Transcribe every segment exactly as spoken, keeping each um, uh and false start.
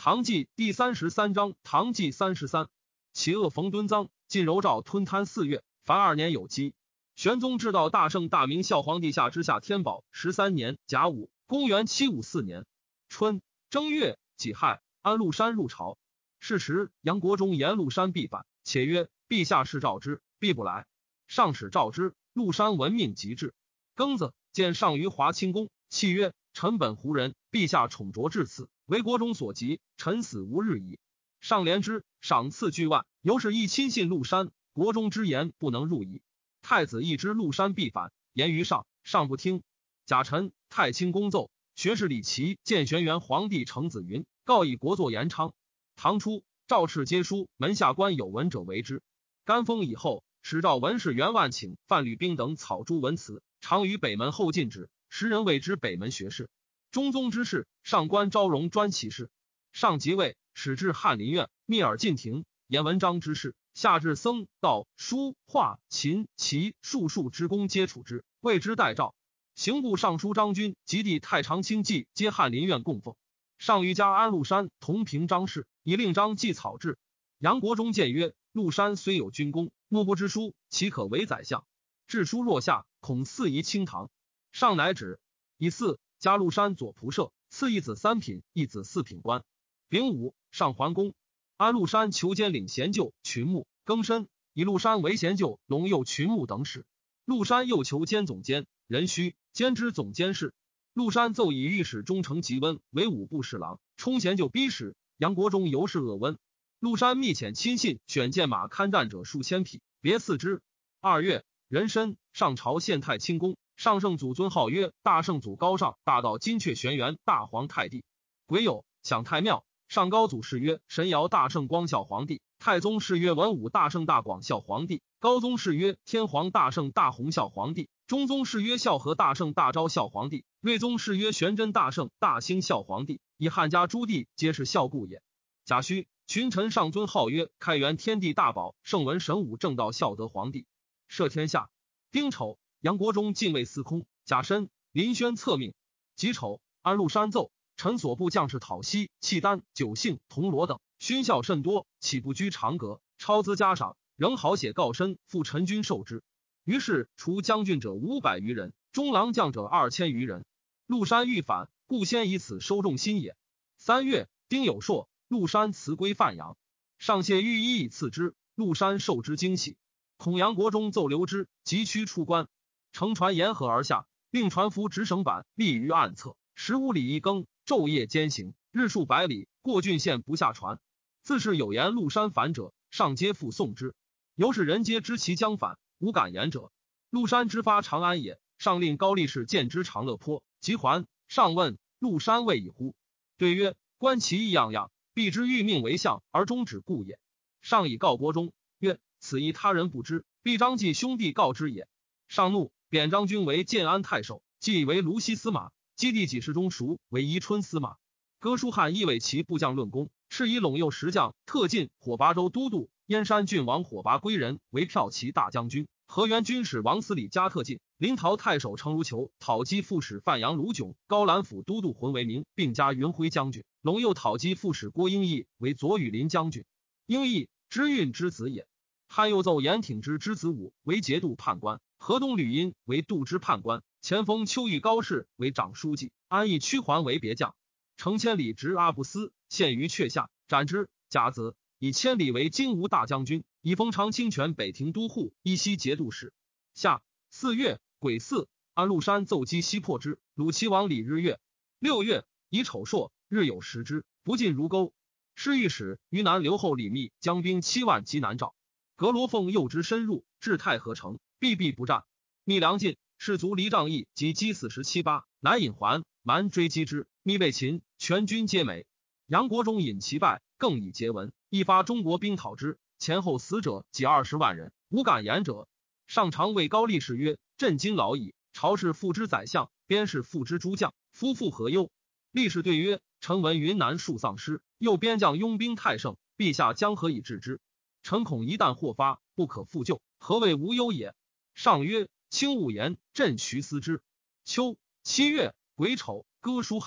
唐纪第三十三章，唐纪三十三，其恶冯敦臧，晋柔赵吞贪四月，凡二年有基。玄宗至道大圣大明孝皇帝下之下天宝十三年甲午，公元七五四年春正月己亥，安禄山入朝。是时杨国忠言禄山必反，且曰：陛下是召之，必不来。上使召之，禄山闻命即至。庚子，见上于华清宫，泣曰：臣本胡人，陛下宠着至此，为国中所及，臣死无日矣。上怜之，赏赐巨万，由是亦亲信禄山。国中之言不能入矣。太子亦知禄山必反，言于上，上不听。甲辰，太清宫奏，学士李琦见玄元皇帝程子云，告以国祚延昌。唐初，诏敕皆书，门下官有闻者为之。干封以后，使诏文士袁万顷、范吕冰等草诸文辞，常于北门后进止，时人谓之北门学士。中宗之事，上官昭容专其事。上即位，始至翰林院，密尔进庭，言文章之事。下至僧道书画琴棋术数之功，皆处之，谓之代诏。刑部尚书张军及弟太常卿纪皆翰林院供奉。上于加安禄山同平章事，以令章记草制。杨国忠谏曰：禄山虽有军功，目不知书，岂可为宰相？治书若下，恐肆夷清堂。上乃止。以四加禄山左仆射，赐一子三品，一子四品官。丙午，上桓公。安禄山求监领贤厩、群牧、更申，以禄山为贤厩、龙右群牧等使。禄山又求监总监、壬戌，兼之总监事。禄山奏以御史中丞吉温为五部侍郎，充贤厩逼使。杨国忠尤是恶温。禄山密遣亲信选荐马堪战者数千匹，别赐之。二月，壬申，上朝献太清宫。上圣祖尊号曰大圣祖高尚大道金阙玄元大皇太帝。癸酉，享太庙。上高祖谥曰神尧大圣光孝皇帝，太宗谥曰文武大圣大广孝皇帝，高宗谥曰天皇大圣大弘孝皇帝，中宗谥曰孝和大圣大昭孝皇帝，睿宗谥曰玄真大圣大兴孝皇帝，以汉家诸帝皆是孝故也。甲戌，群臣上尊号曰开元天地大宝圣文神武正道孝德皇帝，赦天下。丁丑，杨国忠进位司空。甲申，林轩册命。己丑，安禄山奏，臣所部将士讨西、契丹、九姓、铜锣等，勋孝甚多，岂不居长阁，超资加赏，仍好写告身，复陈军受之。于是除将军者五百余人，中郎将者二千余人。禄山欲反，故先以此收众心也。三月，丁酉朔，禄山辞归范阳，上谢御医以赐之。禄山受之惊喜，孔杨国忠奏留之，急驱出关。乘船沿河而下，令船夫执绳板立于岸侧，十五里一更，昼夜兼行，日数百里，过郡县不下船。自是有言禄山反者，上皆复送之。由是人皆知其将反，无敢言者。禄山之发长安也，上令高力士见之长乐坡，即还。上问禄山未已乎？对曰：观其意样样，必之欲命为相而终止故也。上以告国忠曰：此意他人不知，必张继兄弟告之也。上怒，贬张军为建安太守，继为卢西司马，基地几世中熟为宜春司马。哥舒翰亦为其部将论功，是以陇右石将特进火拔州都督燕山郡王火拔归人为骠骑大将军。河源军使王司礼加特进，临洮太守程如求讨击副使范阳卢炯，高兰府都督浑为明，并加云辉将军。陇右讨击副使郭英义为左羽林将军。英义，知运之子也。汉又奏严挺之之子武为节度判官，河东吕殷为度支判官，前锋邱玉高士为长书记，安义屈桓为别将。程千里执阿不思，陷于阙下，斩之。甲子，以千里为荆吴大将军，以封长清泉北庭都护，依西节度使。夏四月癸巳，安禄山奏击西破之，鲁齐王李日月。六月，乙丑朔，日有食之，不进如沟。侍御史于南留后李密将兵七万击南诏。革罗凤诱之深入，至太和城，避避不战。密粮尽，士卒离仗义及击死十七八，南引还，蛮追击之，密被擒，全军皆没。杨国忠引其败，更以桀文，一发中国兵讨之，前后死者几二十万人，无敢言者。上常谓高力士曰：朕今老矣，朝士复之宰相，边士复之诸将，夫妇何忧？力士对曰：臣闻云南数丧失，右边将拥兵太盛，陛下将何以治之？臣恐一旦获发，不可复救，何谓无忧也？上曰：卿勿言，朕徐思之。秋七月癸丑，哥舒翰奏，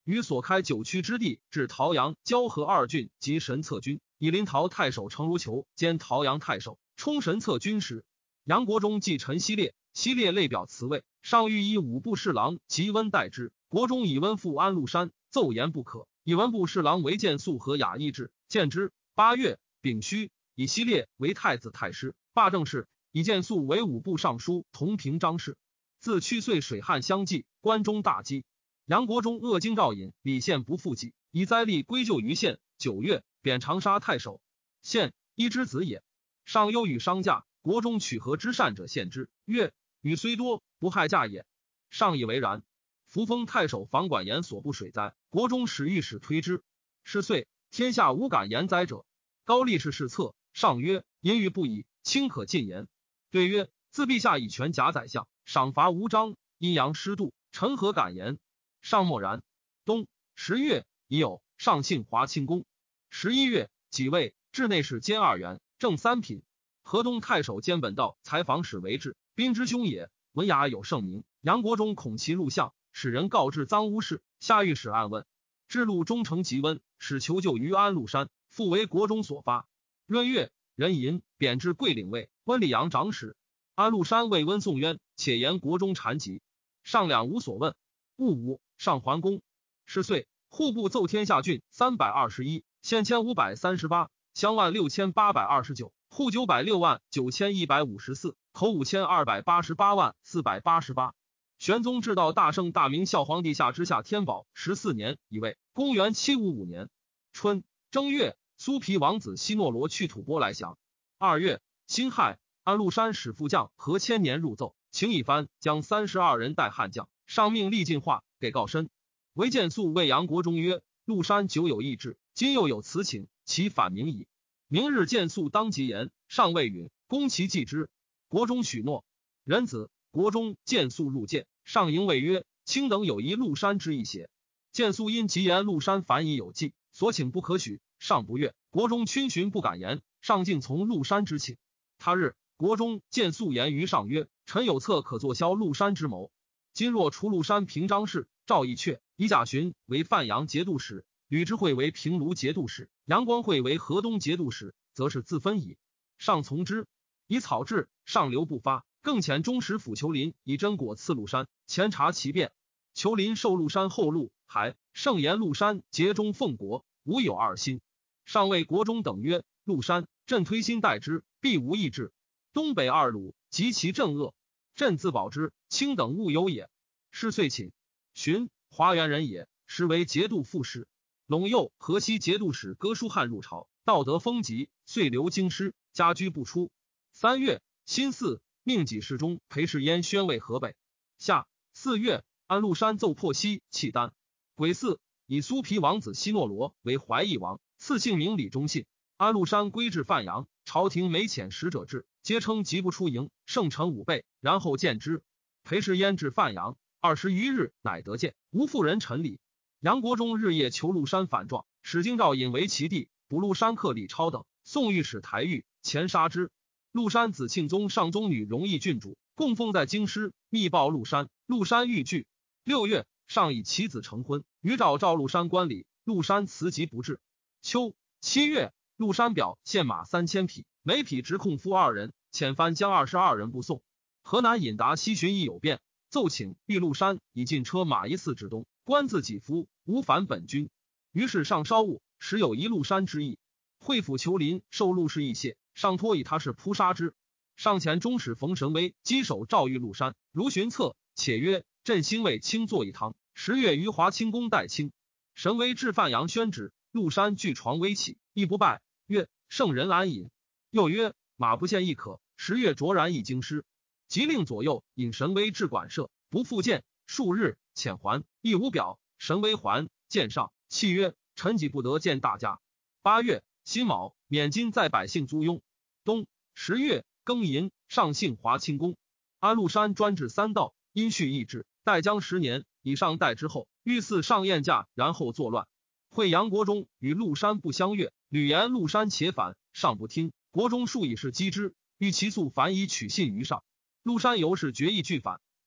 于所开九曲之地，至陶阳、交河二郡及神策军，以临洮太守程如求兼陶阳太守，充神策军师。杨国忠继陈希烈，希烈类表辞位，上谕以五部侍郎及温代之。国中以温赴安禄山，奏言不可，以文部侍郎为建肃和雅意志。见之。八月，丙戌，以希烈为太子太师，罢政事，以建肃为五部尚书同平章事。自去岁水旱相继，关中大饥。杨国忠恶京兆尹李宪不复给，以灾吏归咎于县。九月，贬长沙太守。宪一之子也。上忧与商价，国中取和之善者献之，曰：雨虽多，不害驾也。上以为然。扶风太守房管严所部水灾，国中使御史推之。是岁，天下无敢言灾者。高力士侍策，上曰：淫欲不已，卿可进言。对曰：自陛下以权假宰相，赏罚无章，阴阳失度，臣何敢言？上默然。冬十月，已有上幸华清宫。十一月，己未，治内侍兼二员，正三品。河东太守兼本道采访使为质，宾之兄也。文雅有盛名。杨国忠恐其录相，使人告至臧乌氏，下御史案问。至路忠诚极温，使求救于安禄山，复为国中所发。闰月，壬寅，贬至桂领尉，温里阳长史。安禄山为温宋冤，且言国中缠疾，上两无所问。戊午，上桓公。是岁，户部奏天下郡三百二十一，县千五百三十八，乡万六千八百二十九，户九百六万九千一百五十四，口五千二百八十八万四百八十八。玄宗至道大圣大明孝皇帝下之下天宝十四年，乙未，公元七五五年春正月，苏皮王子西诺罗去吐蕃来降。二月，辛亥，安禄山使副将何千年入奏，请以番将三十二人带汉将，上命立进化，给告申。韦建肃谓杨国忠曰：禄山久有意志，今又有此请，其反明矣。明日建肃当即言，上谓允，攻其继之。国忠许诺。壬子，国忠建肃入见，上迎谓曰：卿等有疑禄山之意邪？建肃因急言禄山反已有计，所请不可许，上不悦。国忠逡巡不敢言，上竟从禄山之请。他日，国忠建肃言于上曰：臣有策可作消禄山之谋。今若除禄山平章事，赵义阙、以贾寻为范阳节度使，吕之惠为平卢节度使，杨光惠为河东节度使，则是自分矣。上从之。以草制，上留不发，更遣中使府裘林以真果赐禄山，前察其变。裘林受禄山后禄，还盛言禄山节中奉国，无有二心。上谓国忠等曰：禄山，朕推心待之，必无异志。东北二鲁及其镇恶，朕自保之，卿等勿忧也。是岁寝。寻，华原人也，实为节度副使。陇右、河西节度使哥舒翰入朝，道德风急，遂留京师，家居不出。三月，辛巳，命己侍中裴世焉宣慰河北。夏四月，安禄山奏破西契丹。癸巳，以苏皮王子西诺罗为怀义王，赐姓名李忠信。安禄山归至范阳，朝廷每遣使者至，皆称急不出营，胜臣五倍，然后见之。裴世焉至范阳二十余日，乃得见，无妇人陈礼。杨国忠日夜求禄山反状，使京兆尹为其弟，捕禄山客李超等，送御史台狱，前杀之。禄山子庆宗上宗女荣义郡主，供奉在京师，密报禄山，禄山欲拒。六月，上以其子成婚，余诏召禄山观礼，禄山辞疾不至。秋七月，禄山表献马三千匹，每匹直控夫二人，遣番将二十二人不送。河南尹达西巡议有变，奏请欲禄山以进车马一寺之东，官自己夫，无反本军。于是上稍误，时有一禄山之意。会府裘林受禄氏义谢，上托以他是扑杀之。上前中使冯神威击手诏谕禄山，如寻策，且曰：朕兴为卿坐一汤。十月于华清宫待卿。神威至范阳宣旨，禄山据床微起，亦不拜，曰：圣人安饮。又曰：马不见亦可。十月卓然一京师，即令左右引神威至馆舍，不复见。数日遣还，亦无表。神威还，见上，泣曰：臣己不得见大家。八月辛卯，免金在百姓租庸。冬十月庚寅，上幸华清宫。安禄山专制三道，因蓄意志，待将十年，以上代之后，欲赐上宴驾，然后作乱。会杨国忠与禄山不相悦，屡言禄山且反，上不听。国忠数以是击之，欲其速反以取信于上。禄山由是决意拒反。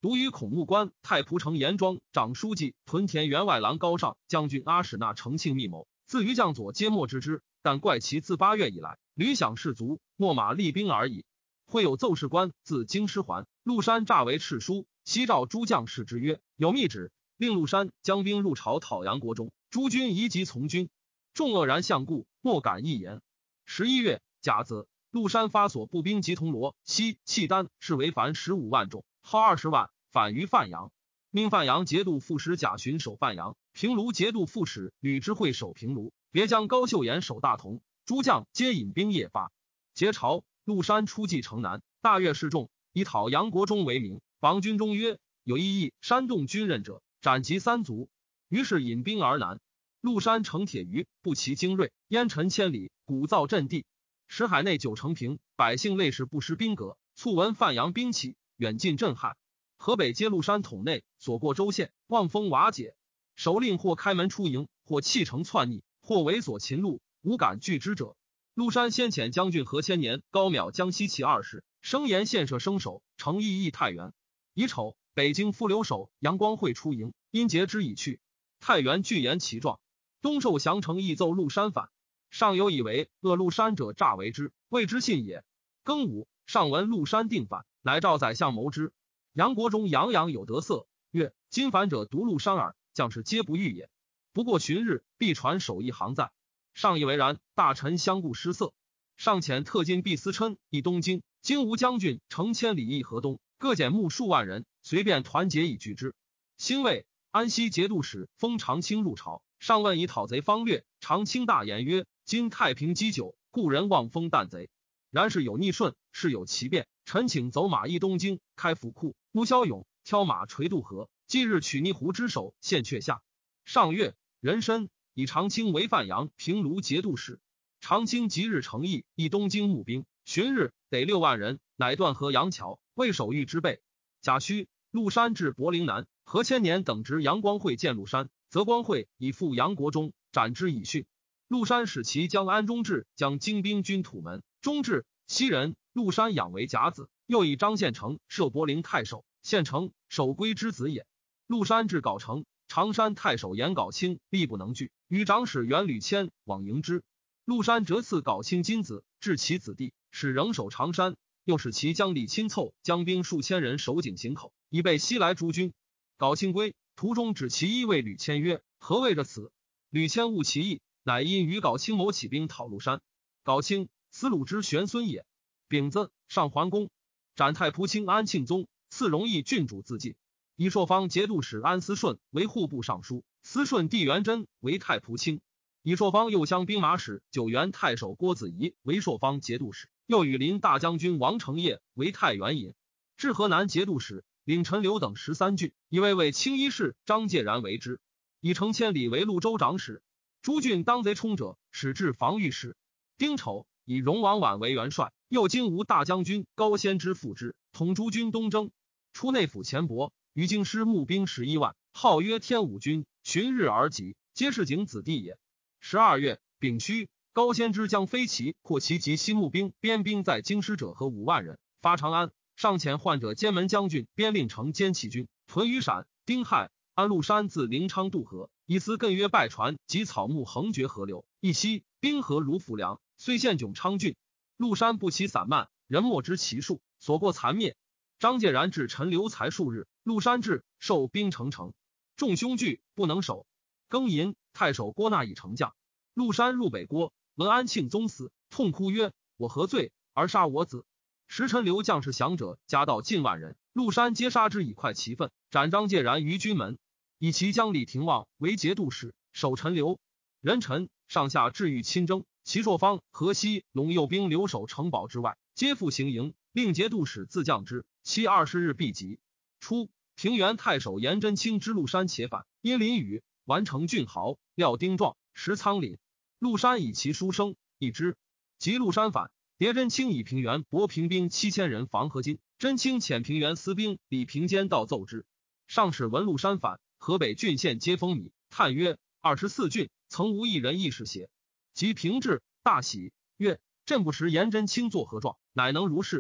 独于孔目官太仆丞严庄长书记屯田员外郎高尚将军阿史那承庆密谋，自于将佐皆莫知之。但怪其自八月以来，屡享士卒，秣马厉兵而已。会有奏事官自京师还，陆山诈为敕书，西诏诸将士之曰：有密旨，令陆山将兵入朝讨杨国忠，诸军宜即从军。众愕然相顾，莫敢一言。十一月甲子，陆山发所步兵及铜锣、西、契丹，是为凡十五万众，号二十万，反于范阳。命范阳节度副使贾巡守范阳，平卢节度副使吕知会守平卢，别将高秀岩守大同。诸将皆引兵夜发。结朝，陆山出骑城南，大悦示众，以讨杨国忠为名。王军中曰：有异议煽动军任者，斩其三族。于是引兵而南。陆山乘铁鱼，步骑精锐，烟尘千里，鼓噪震地。石海内九成平，百姓类似不失兵革。促闻范阳兵起，远近震撼。河北皆陆山统内，所过州县，望风瓦解。首领或开门出营，或弃城窜逆，或猥琐秦路，无敢拒之者。陆山先遣将军何千年、高邈江西骑二十，声言献射生守，诚意义太原。乙丑，北京副留守杨光会出营，因节之已去。太原具言其状。东受降城亦奏陆山反，上有以为恶陆山者诈为之，谓之信也。庚午，上闻陆山定反，乃召宰相谋之。杨国忠洋洋有得色，曰：今反者独陆山耳，将士皆不遇也。不过旬日，必传首一行在。上以为然，大臣相顾失色。上遣特进毕思琛诣东京，经吴将军成千里诣河东，各减募数万人，随便团结以拒之。辛未，安西节度使封长清入朝，上问以讨贼方略。长清大言曰：今太平积久，故人望风啖贼。然是有逆顺，事有奇变。臣请走马诣东京，开府库，乌骁勇，挑马垂渡河。即日取逆湖之首，献阙下。上月，壬申，以长清为范阳、平卢节度使。长清即日诚意诣东京募兵，旬日得六万人，乃断河杨桥，为守御之备。甲戌，陆山至柏陵南，何千年等执杨光会见陆山，则光会以赴杨国忠，斩之以训。陆山使其将安中志将精兵军土门。中志，西人，陆山养为甲子，又以张献成设柏陵太守，献成守归之子也。陆山至皋城，常山太守严皋卿力不能拒，与长史元吕谦往迎之。陆山折赐皋卿金子，至其子弟，使仍守常山。又使其将李钦凑将兵数千人守井行口，以备西来诸军。皋卿归，途中指其一谓吕谦曰：何谓着此？吕谦悟其意，乃因与皋卿谋起兵讨陆山。皋卿，司鲁之玄孙也。丙子，上桓公，斩太仆卿安庆宗，赐荣邑郡主自尽。以朔方节度使安思顺为户部尚书，思顺弟元贞为太仆卿。以朔方右乡兵马使九原太守郭子仪为朔方节度使，又与临大将军王承业为太原尹。至河南节度使，领陈留等十三郡，以为为清一事张介然为之。以成千里为潞州长史。诸郡当贼冲者，使至防御使。丁丑，以荣王绾为元帅，又经吴大将军高仙之副之，统诸军东征。出内府钱帛，于京师募兵十一万，号曰天武军，旬日而集，皆是景子弟也。十二月丙戌，高仙之将飞骑或其及西募兵边兵在京师者和五万人，发长安。上遣患者监门将军边令城监骑军屯于陕。丁亥，安禄山自临昌渡河，以思艮约败船及草木横绝河流，一夕冰河如浮梁，虽陷迥昌郡。陆山不其散漫，人莫知其数，所过残灭。张介然至陈留才数日，陆山至，受兵成城，众凶惧，不能守。庚寅，太守郭纳以成将。陆山入北郭，闻安庆宗死，痛哭曰：我何罪而杀我子？时陈留将士降者加到近万人，陆山皆杀之以快其愤，斩张介然于军门。以其将李廷望为节度使，守陈留。壬辰，上下至欲亲征，齐朔方、河西、陇右兵留守城堡之外，皆复行营，令节度使自降之。期二十日必及。初，平原太守严真卿之陆山且反，因淋雨，完成郡豪，料丁壮，食仓廪。陆山以其书生一之。及陆山反，迭真卿以平原拨平兵七千人防河津，真卿遣平原司兵李平坚到奏之。上使闻陆山反，河北郡县皆风靡，叹曰：二十四郡曾无一人义士邪？及平治，大喜，曰：朕不识严真卿作何状，乃能如是。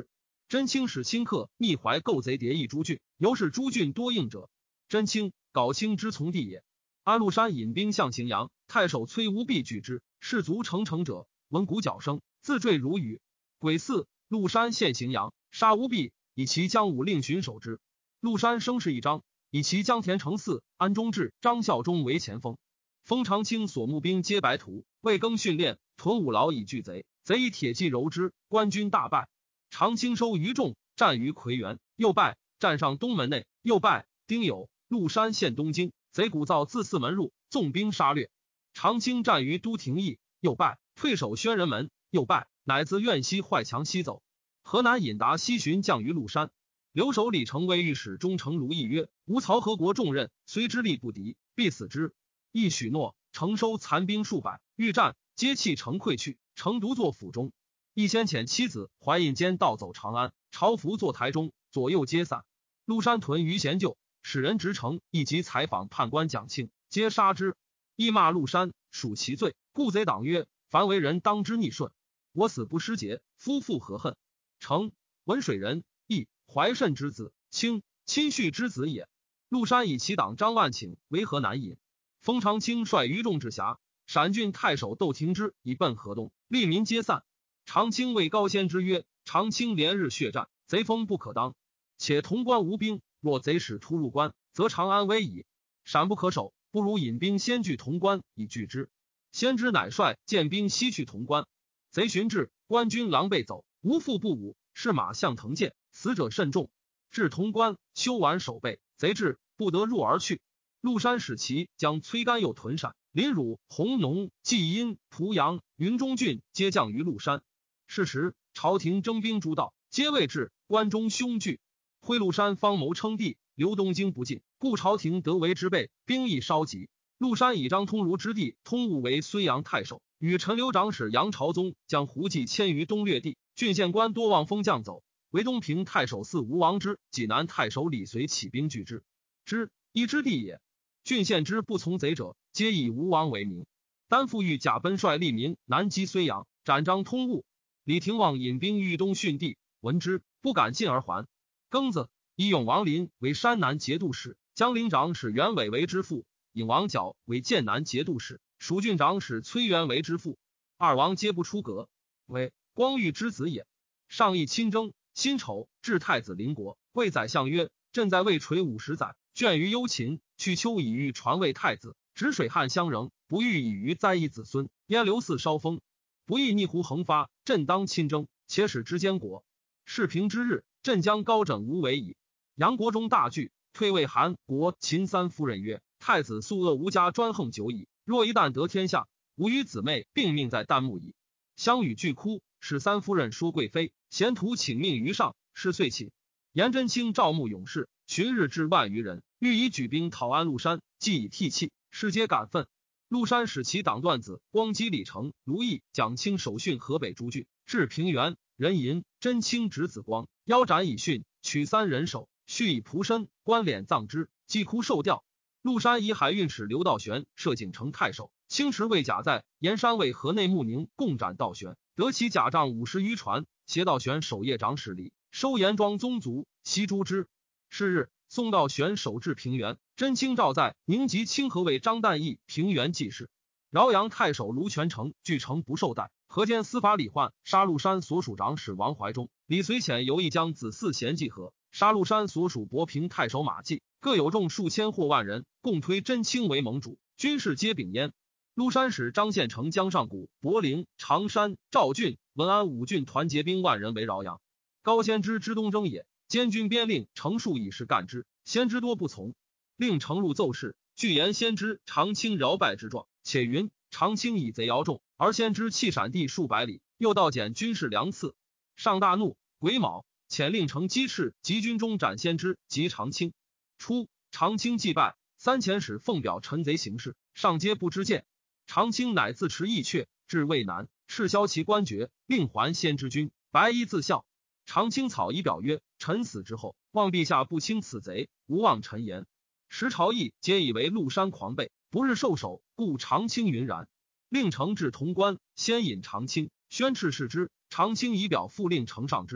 真卿使亲客密怀构贼谍议诸郡，由是诸郡多应者。真卿，皋卿之从弟也。安禄山引兵向荥阳，太守崔无弼拒之，士卒成城者闻鼓角声，自坠如雨。癸巳，禄山陷荥阳，杀无弼，以其将武令巡守之。禄山声势一张，以其江田承嗣、安忠志、张孝忠为前锋。封长清所募兵皆白徒，未更训练，屯五牢以拒贼，贼以铁骑蹂之，官军大败。长清收余众，战于夔源，又败；战上东门内，又败。丁酉，禄山陷东京，贼鼓噪自四门入，纵兵杀掠。长清战于都亭邑，又败；退守宣仁门，又败，乃自苑西坏墙西走。河南尹达西巡将于禄山，留守李成为御史中丞卢毅曰：吾曹何国重任，虽之力不敌，必死之。亦许诺，承收残兵数百，欲战，皆弃城溃去，成独坐府中。亦先遣妻子怀印间盗走长安，朝服坐台中，左右皆散。禄山屯于贤旧，使人执城，以及采访判官蒋庆，皆杀之。亦骂禄山，属其罪，故贼党曰：凡为人当之逆顺，我死不失节，夫妇何恨？成，文水人，亦怀慎之子，卿亲婿之子也。禄山以其党张万顷为河南尹。封长清率余众至峡，陕郡太守窦廷之以奔河东，吏民皆散。长清谓高仙之曰：长清连日血战，贼风不可当，且潼关无兵，若贼使突入关，则长安危矣。陕不可守，不如引兵先据潼关以拒之。先知乃率剑兵西去潼关，贼寻至，官军狼狈走，无复不武，是马向腾剑，死者甚众。至潼关，修完守备，贼至，不得入而去。禄山使其将崔干右屯陕、临汝、弘农、济阴、濮阳、云中郡皆降于禄山。是时，朝廷征兵诸道，皆未至，关中凶惧。挥禄山方谋称帝，留东京不进，故朝廷得为之备，兵役稍急。禄山以张通儒之弟通务为睢阳太守，与陈留长史杨朝宗将胡骑迁于东略地，郡县官多望风将走。为东平太守嗣吴王之、济南太守李随起兵拒之，之一之地也。郡县之不从贼者，皆以吴王为名。丹父欲假奔率吏民南击睢阳，斩张通务。李廷望引兵豫东训地，闻之，不敢进而还。庚子，以永王林为山南节度使，将领长史袁伟为之父，尹王角为剑南节度使，蜀郡长史崔元为之父。二王皆不出阁，为光裕之子也。上议亲征，辛丑，至太子邻国，谓宰相曰：朕在魏垂五十载，倦于忧秦，去秋以欲传位太子，止水旱相仍，不欲以于灾夷子孙，焉刘嗣烧风，不亦逆胡横发，朕当亲征，且使之坚国。事平之日，朕将高枕无为矣。杨国忠大惧，退位韩国秦三夫人曰：太子素恶无家，专横久矣，若一旦得天下，吾与姊妹并命在旦暮矣。相与俱哭，使三夫人说贵妃，贤徒请命于上，是遂寝。颜真卿招募勇士，旬日至万余人，欲以举兵讨安禄山，既以替弃，士皆感愤。禄山使其党段子、光基李成、卢毅、蒋清守训河北诸郡，至平原，人吟真卿侄子光，腰斩以训，取三人首，续以仆身，关敛葬之，祭哭受吊。禄山以海运使刘道玄设景城太守，清池卫甲在盐山为河内穆宁共斩道玄，得其甲仗五十余船，携道玄守夜长史礼，收盐庄宗族，悉诛之。是日，宋道玄守至平原，真卿诏在宁及清河为张旦义平原记事。饶阳太守卢全成据城不受待，河间司法李焕杀禄山所属长史王怀忠，李随潜由一将子嗣贤济河，杀禄山所属博平太守马季，各有众数千或万人，共推真卿为盟主，军事皆秉焉。禄山使张献成江上谷、柏陵、常山、赵郡、文安五郡团结兵万人为饶阳。高仙芝之东征也，监军边令程数以是干之，先知多不从，令程入奏事，据言先知长清饶败之状，且云长清以贼摇众，而先知弃陕地数百里，又盗减军士粮赐。上大怒，癸卯，遣令程击斥及军中斩先知及长清。初，长清祭拜，三遣使奉表陈贼行事，上皆不知见。长清乃自持义阙，至渭南，敕削其官爵，令还先知军，白衣自效。长清草以表曰：臣死之后，望陛下不轻此贼，无忘臣言。时朝议皆以为禄山狂悖，不日受首，故长清云然。令程至潼关，先引长清，宣敕视之，长清以表复令呈上之。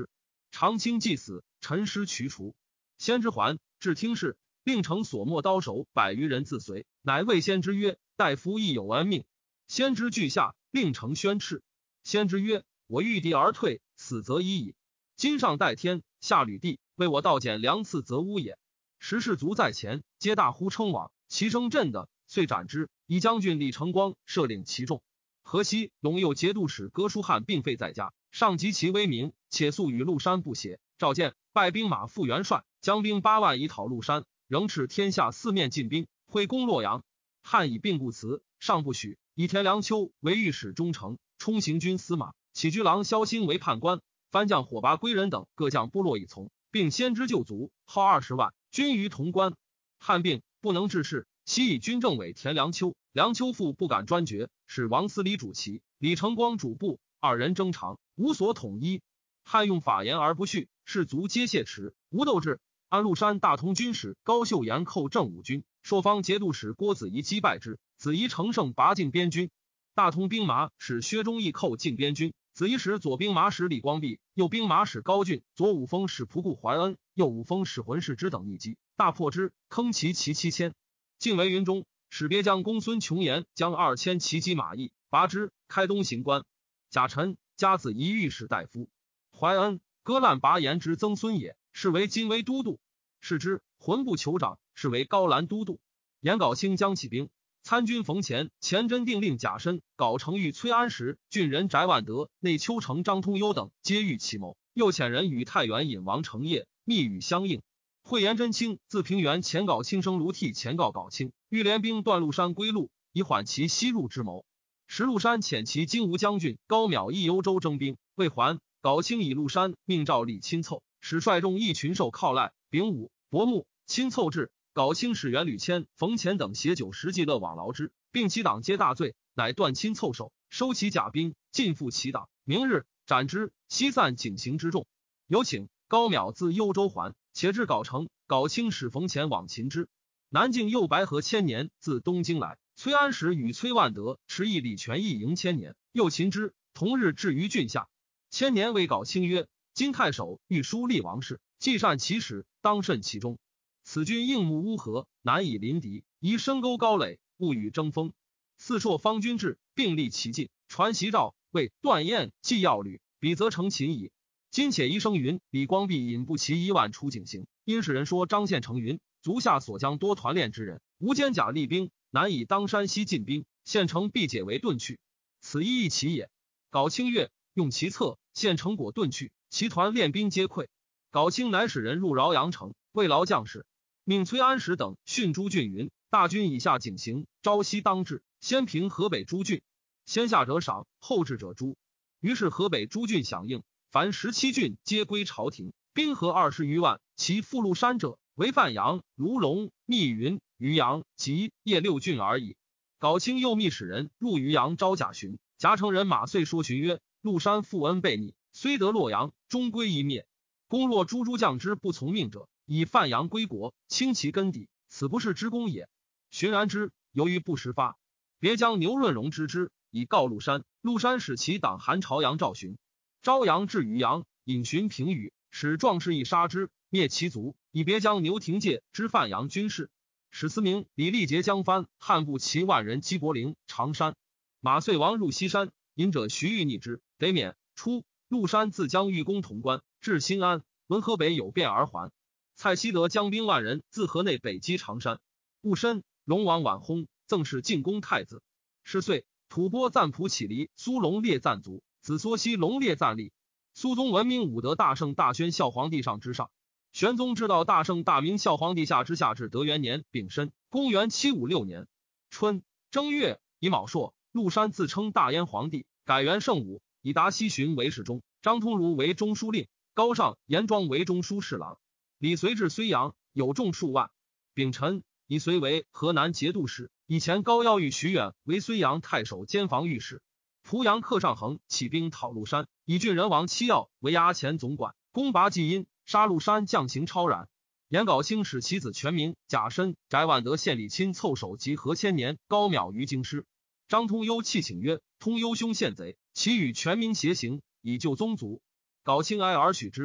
长清既死，陈师渠除。先知还至听事，令乘所没刀手百余人自随，乃谓先知曰：大夫亦有恩命。先知惧下，令乘宣斥。先知曰：我遇敌而退，死则已矣。今上代天，下履地，为我道减良次，则污也。时士卒在前，皆大呼称王，其声震的，遂斩之。以将军李成光摄领其众。河西陇右节度使哥舒翰并废在家，上及其威名，且素与陆山不协。召见，拜兵马副元帅，将兵八万以讨陆山，仍斥天下四面进兵，会攻洛阳。汉以病故辞，上不许。以田良秋为御史中丞，充行军司马，起居郎萧兴为判官，番将火拔归人等各将部落以从，并先知救卒，号二十万，军于潼关。汉病不能治事，悉以军政委田良秋，梁秋父不敢专决，使王思礼主其，李成光主部，二人争长，无所统一。汉用法言而不恤，士卒皆谢持，无斗志。安禄山大同军使高秀延寇正武军，朔方节度使郭子仪击败之，子仪乘胜拔进边军。大同兵马使薛忠义寇进边军，子仪使左兵马使李光弼，右兵马使高峻，左武锋使仆固怀恩，右武锋使浑氏之等逆击，大破之，坑其骑七千。进为云中，使别将公孙琼言将二千骑击马邑，拔之，开东行关。贾臣家子仪御史大夫，怀恩割烂拔言之曾孙也，是为金威都督。是之浑部酋长，是为高兰都督。颜杲卿将起兵，参军冯乾、钱真定令贾申、皋成遇崔安石、郡人翟万德、内丘成张通幽等皆欲其谋，又遣人与太原尹王承业密语相应。惠颜真卿自平原前皋卿生卢替前告皋卿，欲联兵断陆山归路，以缓其西入之谋。时陆山遣其金吾将军高邈益幽州征兵，未还，皋卿以陆山命赵李亲凑，使率众一群兽靠赖、丙午、伯木，亲凑至。皋卿使元吕谦、冯乾等携酒食祭乐往劳之，并其党皆大罪，乃断亲凑手，收其甲兵，尽复其党。明日斩之，悉散警行之众。有请高邈自幽州还，且至皋城，皋卿使冯乾往擒之。南境右白河千年自东京来，崔安石与崔万德持议李全义迎千年，又擒之。同日至于郡下。千年谓皋卿曰：今太守欲书立王室，既善其使，当慎其中。此军应木乌合，难以临敌，宜深沟高垒，勿与争锋。四朔方军至，并立其进，传檄诏，谓段燕既要履，彼则成擒矣。今且医生云，李光弼引不齐一万出警行，因使人说张献成云，足下所将多团练之人，无坚甲立兵，难以当山西进兵，献成必解为遁去，此一亦其也。皋卿曰：用其策，献成果遁去，其团练兵皆溃。皋卿乃使人入饶阳城，慰劳将士。命崔安石等训诸郡云，大军以下警行，朝夕当至，先平河北诸郡，先下者赏，后至者诛。于是河北诸郡响应，凡十七郡皆归朝廷，兵合二十余万。其附陆山者，为范阳、卢龙、密云、渔阳、及邺六郡而已。皋卿又密使人入渔阳招贾询，贾城人马遂说询曰：陆山负恩悖逆，虽得洛阳，终归一灭。公若诸诸将之不从命者，以范阳归国，清其根底，此不是之功也。询然之，由于不时发，别将牛润荣之之，以告陆山。陆山使其党韩朝阳赵询，朝阳至渔阳，引询平语，使壮士以杀之，灭其族，以别将牛廷介之范阳军事。史思明、李立节将藩汉部骑万人击柏陵、常山。马遂王入西山，引者徐欲逆之，得免。初，陆山自将御公潼关，至新安，闻河北有变而还。蔡希德将兵万人自河内北击常山。戊申，龙王晚薨，赠谥进宫太子。是岁，吐蕃赞普起离苏龙烈赞族，子缩西龙烈赞立。苏宗闻名武德大圣大宣孝皇帝上之上。玄宗知道大圣大明孝皇帝下之下至德元年丙申，公元七五六年春正月，乙卯朔，陆山自称大燕皇帝，改元圣武，以达西巡为侍中，张通儒为中书令，高尚、严庄为中书侍郎。李随至睢阳，有众数万。丙辰，以随为河南节度使，以前高要欲徐远为睢阳太守兼防御史。濮阳客上衡起兵讨陆山，以郡人王七耀为衙前总管，攻拔济阴，杀陆山将行超然。颜杲卿使其子全名贾申、翟万德献礼亲凑手及和千年高邈于京师。张通幽泣请曰：通幽兄献贼，其与全民协行，以救宗族。皋卿哀而许之。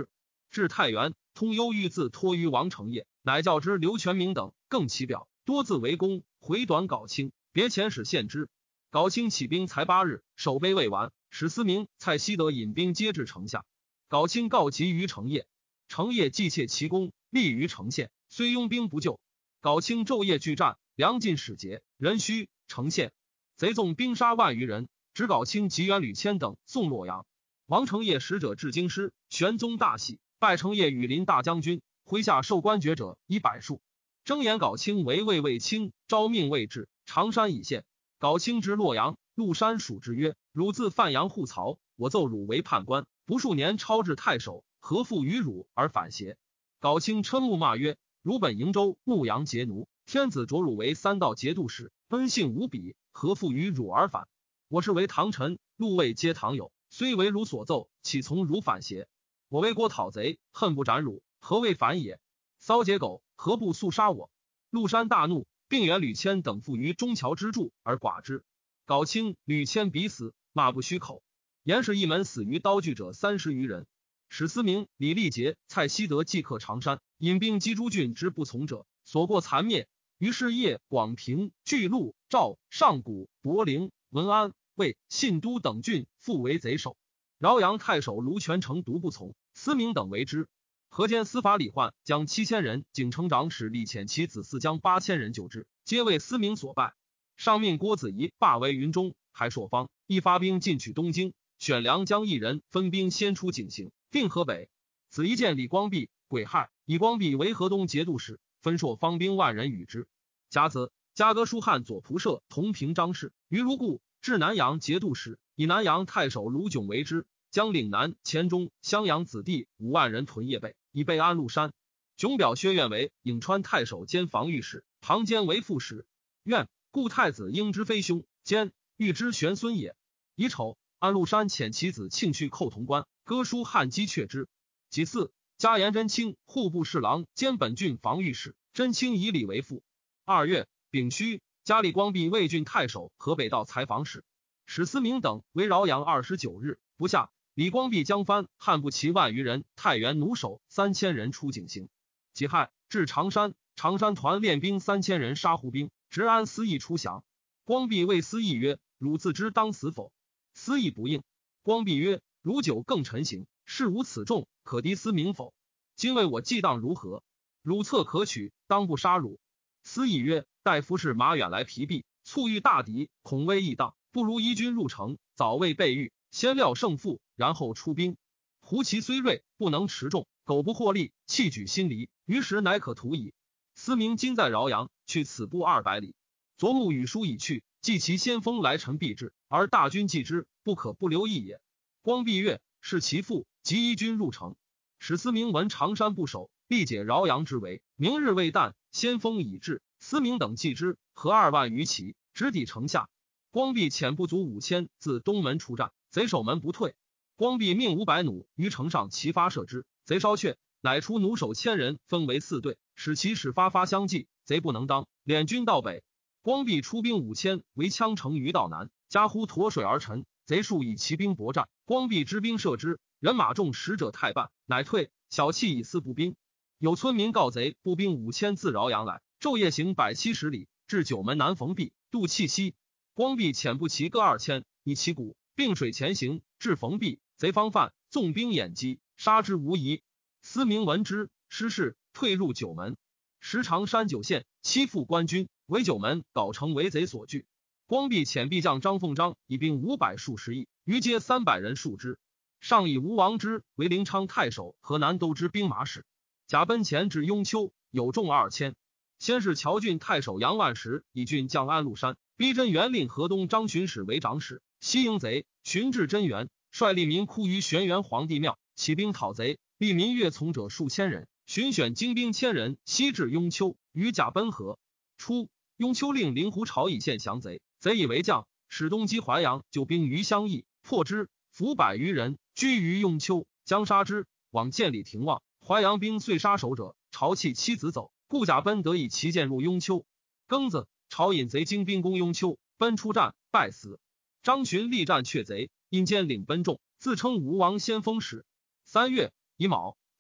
至太原，通幽欲自托于王承业，乃教之刘全明等，更其表，多自为功，回短稿轻，别遣使献之。稿轻起兵才八日，守备未完，史思明、蔡希德引兵皆至城下。稿轻告急于承业，承业既窃其功，立于城县，虽拥兵不救。稿轻昼夜拒战，粮尽使节，人虚，城县贼纵兵杀万余人，指稿轻及元吕谦等送洛阳。王承业使者至京师，玄宗大喜，拜承业羽林大将军，麾下授官爵者以百数。征言稿轻为魏卫卿，招命未至，常山以县。稿轻至洛阳，陆山属之曰：汝自范阳护曹，我奏汝为判官，不数年超至太守，何复于汝而反邪？稿轻嗔目骂曰：汝本瀛州牧羊节奴，天子擢汝为三道节度使，恩信无比，何复于汝而反？我是为唐臣，陆魏皆唐友，虽为汝所奏，岂从汝反邪？我为国讨贼，恨不斩汝，何谓反也？骚结狗，何不速杀我？陆山大怒，并援吕谦等附于中桥之柱而剐之。稿轻、吕谦彼死，骂不虚口。严氏一门死于刀锯者三十余人。史思明、李立杰、蔡希德即克常山，引兵击诸郡之不从者，所过残灭。于是业、广平、巨鹿、赵、上谷、柏陵、文安、魏、信都等郡复为贼首。饶阳太守卢全成独不从，思明等为之。河间司法李焕将七千人，景城长史李潜其子嗣将八千人救之，皆为思明所败。上命郭子仪罢为云中，还朔方，亦发兵进取东京。选良将一人分兵先出井陉，定河北。子仪见李光弼，癸亥，以光弼为河东节度使，分朔方兵万人与之。甲子，加革书汉左仆射同平章事，于如故，至南阳节度使，以南阳太守卢炯为之。将岭南、黔中、襄阳子弟五万人屯邺北，以备安禄山。炯表薛苑为颍川太守兼防御使，庞坚为副使。苑故太子应之非兄，兼欲之玄孙也。乙丑，安禄山遣其子庆绪寇潼关，割书汉击却之。己巳，加颜真卿户部侍郎兼本郡防御使，真卿以礼为父。二月，丙戌，加立光弼魏郡太守、河北道采访使。史思明等为饶阳二十九日，不下。李光弼将藩汉不齐万余人，太原弩手三千人出井陉。己亥，至常山，常山团练兵三千人杀胡兵，执安思义出降。光弼谓思义曰：汝自知当死否？思义不应。光弼曰：汝久更陈行，事无此重，可敌思明否？今为我计当如何？汝策可取，当不杀汝。思义曰：待夫士马远来疲弊，促遇大敌，恐危易当，不如移军入城，早为备御，先料胜负，然后出兵。胡骑虽锐，不能持重，苟不获利，弃举心离，于时乃可图矣。思明今在饶阳，去此不二百里。昨暮与书已去，既其先锋来臣必至，而大军继之，不可不留意也。光弼曰：是其父，即移军入城。史思明闻常山不守，力解饶阳之围，明日未旦，先锋已至，思明等继之，合二万余骑，直抵城下。光弼遣不足五千，自东门出战，贼守门不退。光弼命五百弩于城上齐发射之，贼稍却，乃出弩手千人，分为四队，使其使发发相继，贼不能当，敛军道北。光弼出兵五千，围羌城于道南，加乎沱水而沉，贼数以骑兵搏战，光弼支兵射之，人马众使者太半，乃退，小弃以思步兵。有村民告贼，步兵五千自饶阳来，昼夜行百七十里，至九门南逢壁，渡契西。光弼遣步骑各二千，以旗鼓并水前行，至逢壁，贼方犯，纵兵掩击，杀之无疑。思明闻之，失势，退入九门。时常山九县，欺负官军，为九门搞成为贼所据。光弼遣裨将张凤章以兵五百数十亿，余皆三百人戍之。上以吴王之为临昌太守、河南都之兵马使。甲奔前至雍丘，有众二千。先是谯郡太守杨万石以郡将安禄山，逼真元令河东张巡使为长史，西迎贼，寻至真元，率利民哭于玄元皇帝庙，起兵讨贼，利民乐从者数千人，寻选精兵千人，西至雍丘，与甲奔合。初，雍丘令灵狐朝以县降贼，贼以为将，使东击淮阳，救兵于襄邑，破之，俘百余人，居于雍丘，将杀之，往建里停望。淮阳兵遂杀守者，朝弃妻子走，故甲奔得以骑剑入雍丘。庚子，朝引贼精兵攻雍丘，奔出战，败死。张巡力战却贼，因兼领奔众，自称吴王先锋使。三月，乙卯，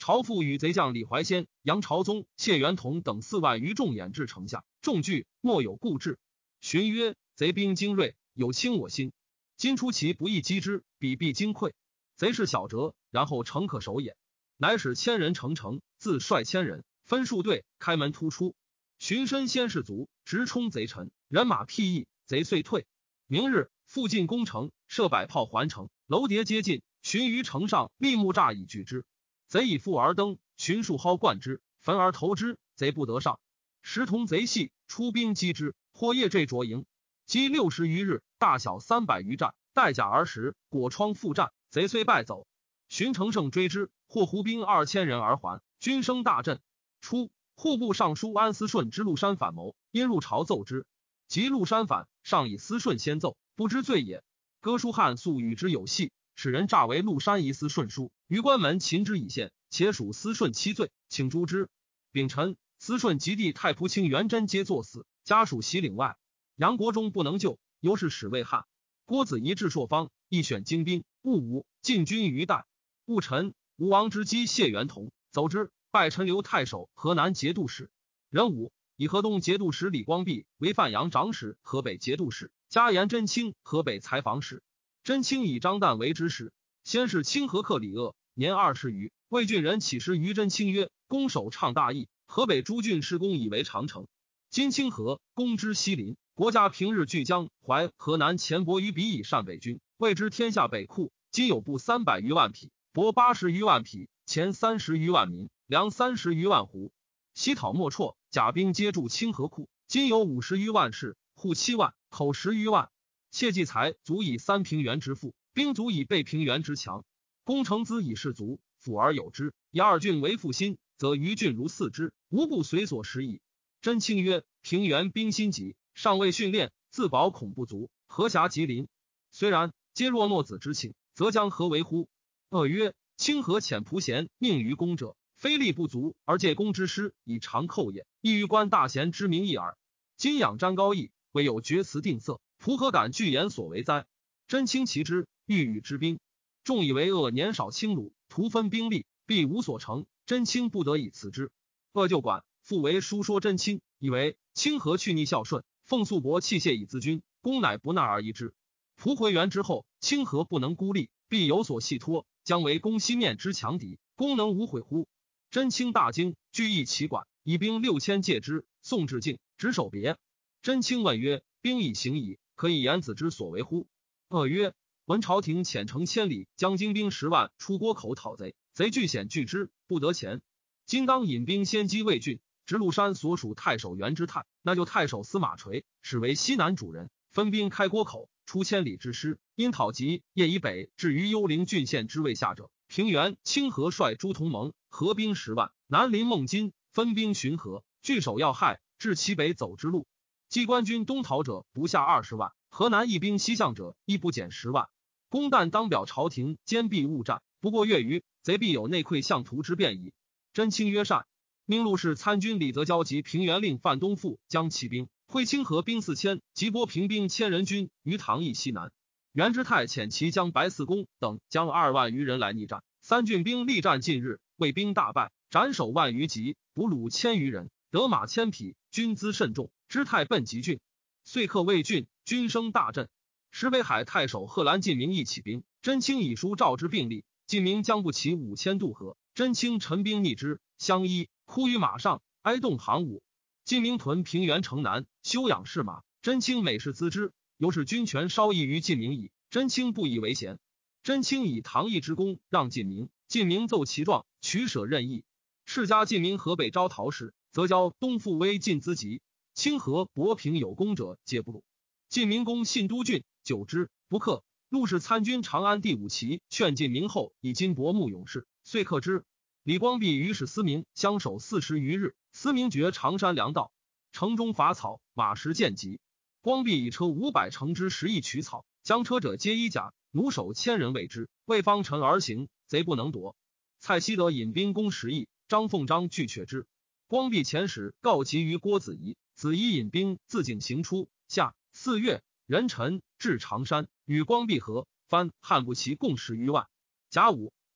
朝父与贼将李怀仙、杨朝宗、谢元同等四万余众掩至城下，众惧，莫有固志。荀曰：贼兵精锐，有轻我心。今出其不意击之，彼必惊溃。贼势小折，然后城可守也。乃使千人成城，自率千人分数队，开门突出。荀身先士卒，直冲贼臣，人马辟易，贼遂退。明日复进攻城，设百炮环城，楼叠接近。荀于城上立木栅以拒之。贼以复而登，荀数蒿灌之，焚而投之，贼不得上。时同贼系，出兵击之，或夜坠着营。击六十余日，大小三百余战，带甲而食，果疮复战，贼虽败走。荀乘胜追之，获胡兵二千人而还，军声大振。初，户部尚书安思顺知陆山反谋，因入朝奏之。及陆山反，上以思顺先奏，不知罪也。哥舒翰素与之有隙，使人诈为陆山疑思顺书，于关门擒之以县，且属思顺七罪，请诛之。丙辰，思顺及弟太仆卿元贞皆作死，家属袭岭外。杨国忠不能救，由是使魏汉。郭子仪至朔方，亦选精兵，戊午进军于代。戊辰，吴王之姬谢元同走之，拜陈留太守、河南节度使。壬午，以河东节度使李光弼为范阳长史、河北节度使，加言真卿河北采访使。真卿以张旦为之使。先是清河客李鄂，年二十余，魏郡人起师于真卿曰：攻守畅大义，河北诸郡施工以为长城。今清河攻之西临，国家平日据江淮河南钱帛于彼以善北军，谓之天下北库。今有布三百余万匹，帛八十余万匹，钱三十余万民，粮三十余万斛。西讨莫辍，甲兵皆驻清河库。今有五十余万士，户七万，口十余万。切计财足以三平原之富，兵足以备平原之强。攻城资以士足，辅而有之。以二郡为腹心，则余郡如四之，无不随所食矣。真卿曰：平原兵心急，尚未训练，自保恐不足，何暇急临？虽然，皆若诺子之请，则将何为乎？鄂曰：清河遣仆贤命于公者，非力不足而借公之师以长寇也，亦于官大贤之名义耳。今仰瞻高义，未有决辞定色，仆何敢具言所为哉？真卿其之，欲与之兵。众以为鄂年少轻鲁，徒分兵力，必无所成。真卿不得已辞之。鄂就管，复为书说真卿，以为清河去逆孝顺，奉素帛器械以资军，公乃不纳而易之。仆回援之后，清河不能孤立，必有所系托，将为公西面之强敌，公能无悔乎？真卿大惊，据议其管，以兵六千戒之，送至境，执守别。真卿问曰：兵已行矣，可以言子之所为乎？鄂曰：闻朝廷遣乘千里，将精兵十万出郭口讨贼，贼惧险拒之，不得前。今当引兵先击魏郡。直陆山所属太守袁之泰，那就太守司马垂，使为西南主人，分兵开郭口，出千里之师，因讨及业以北至于幽灵郡县之卫下者，平原清河率诸同盟，合兵十万，南临孟津，分兵巡河，据守要害，至其北走之路。机关军东逃者不下二十万，河南一兵西向者亦不减十万。公旦当表朝廷，坚壁勿战，不过月余，贼必有内溃向图之变矣。真卿曰善。命陆氏参军李泽交及平原令范东富将骑兵会清河兵四千，及拨平兵千人军于唐邑西南。袁之泰遣其将白四公等将二万余人来逆战，三郡兵力战近日，魏兵大败，斩首万余级，俘虏千余人，得马千匹，军资甚众。之泰奔及郡，遂克魏郡，军声大振。时北海太守贺兰晋明亦起兵，真卿以书召之并立，晋明将不齐五千渡河，真卿陈兵逆之，相依，哭于马上，哀动行伍。晋明屯平原城南，休养士马。真卿每事咨之，由是军权稍异于晋明矣。真卿不以为贤。真卿以唐邑之功让晋明，晋明奏其状，取舍任意。世家晋明河北招讨时，则交东复威晋资急，清河博平有功者皆不入。晋明公信都郡，久之不克。陆氏参军长安第五旗劝晋明后以金帛募勇士，遂克之。李光弼与使思明相守四十余日，思明绝长山粮道，城中乏草，马食见疾。光弼以车五百乘之十亿取草，将车者皆衣甲，弩手千人为之，为方城而行，贼不能夺。蔡希德引兵攻十邑，张凤章拒却之。光弼遣使告急于郭子仪，子仪引兵自井行出。夏四月，壬辰至长山，与光弼合，番汉不齐共十余万。甲午，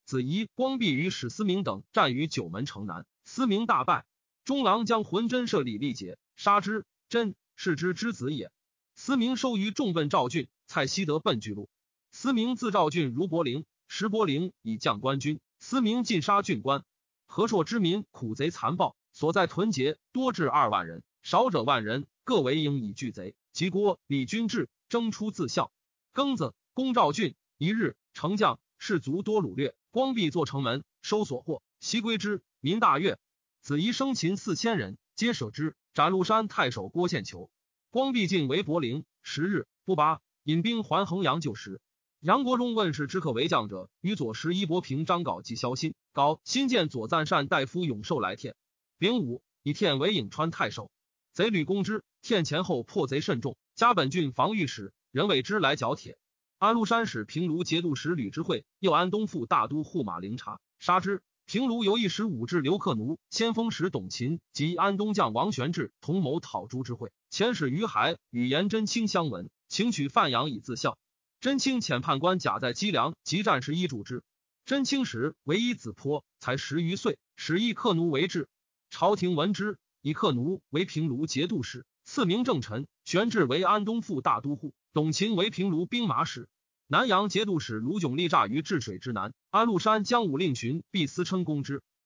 子仪、光弼与史思明等战于九门城南，思明大败。中郎将浑真设李立节，杀之。真是之之子也。思明收于众奔赵郡，蔡希德奔巨鹿。思明自赵郡如柏陵，石柏陵以将官军，思明尽杀郡官。河朔之民苦贼残暴，所在屯节多至二万人，少者万人，各为营以拒贼。及郭李军至，征出自效。庚子，攻赵郡。一日，城将士卒多掳掠，光弼作城门，收所获，悉归之。民大悦。子仪生擒四千人，皆舍之。斩鹿山太守郭献求。光弼进为柏陵，十日不拔，引兵还衡阳就时。杨国忠问世之可为将者，与左拾遗伯平张镐及萧新。镐新见左赞善大夫永寿来帖。丙午，以天为颍川太守。贼屡攻之，天前后破贼甚众，加本郡防御使任伟之来剿帖。安禄山使平卢节度使吕之惠，又安东府大都护马陵察，杀之。平卢由一时武至刘克奴、先锋使董勤及安东将王玄志同谋讨朱之会，遣使于海与颜真卿相闻，请取范阳以自效。真卿遣判官贾在积粮及战时依主之。真卿时为一子颇，才十余岁，使以克奴为质。朝廷闻之，以克奴为平卢节度使，赐名正臣。玄志为安东府大都护，董勤为平卢兵马使。南阳节度使卢炯立诈于治水之南，安禄山将武令荀毕思称攻之。